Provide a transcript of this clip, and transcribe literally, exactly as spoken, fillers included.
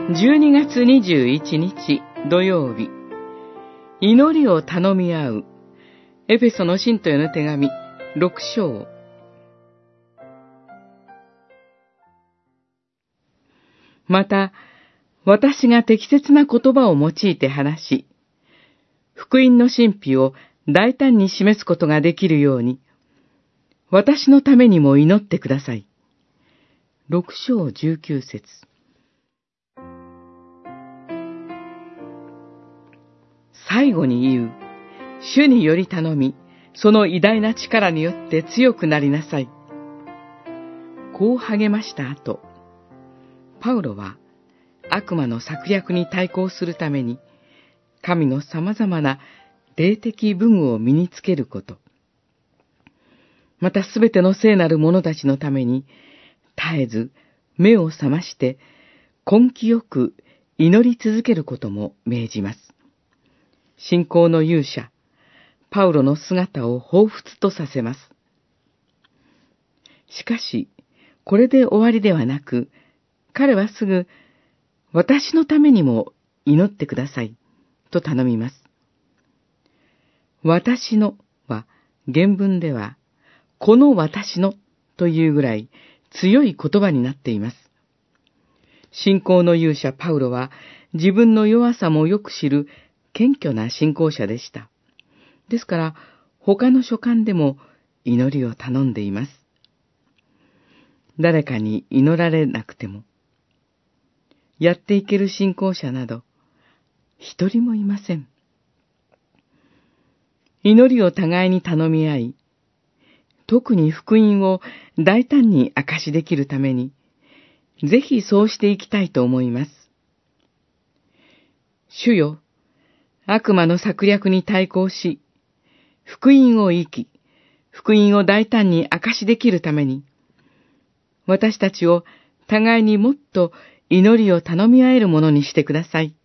じゅうにがつにじゅういちにち土曜日、祈りを頼み合うエペソの信徒への手紙ろく章。うまた私が適切な言葉を用いて話し、福音の真否を大胆に示すことができるように、私のためにも祈ってください。ろく章じゅうきゅう節。最後に言う、主により頼み、その偉大な力によって強くなりなさい。こう励ました後、パウロは悪魔の策略に対抗するために、神の様々な霊的武具を身につけること、またすべての聖なる者たちのために、絶えず目を覚まして根気よく祈り続けることも命じます。信仰の勇者、パウロの姿を彷彿とさせます。しかし、これで終わりではなく、彼はすぐ、私のためにも祈ってください、と頼みます。私のは、原文では、この私のというぐらい強い言葉になっています。信仰の勇者パウロは、自分の弱さもよく知る謙虚な信仰者でした。ですから、他の書簡でも祈りを頼んでいます。誰かに祈られなくても、やっていける信仰者など、一人もいません。祈りを互いに頼み合い、特に福音を大胆に証しできるために、ぜひそうしていきたいと思います。主よ、悪魔の策略に対抗し、福音を生き、福音を大胆に証しできるために、私たちを互いにもっと祈りを頼み合えるものにしてください。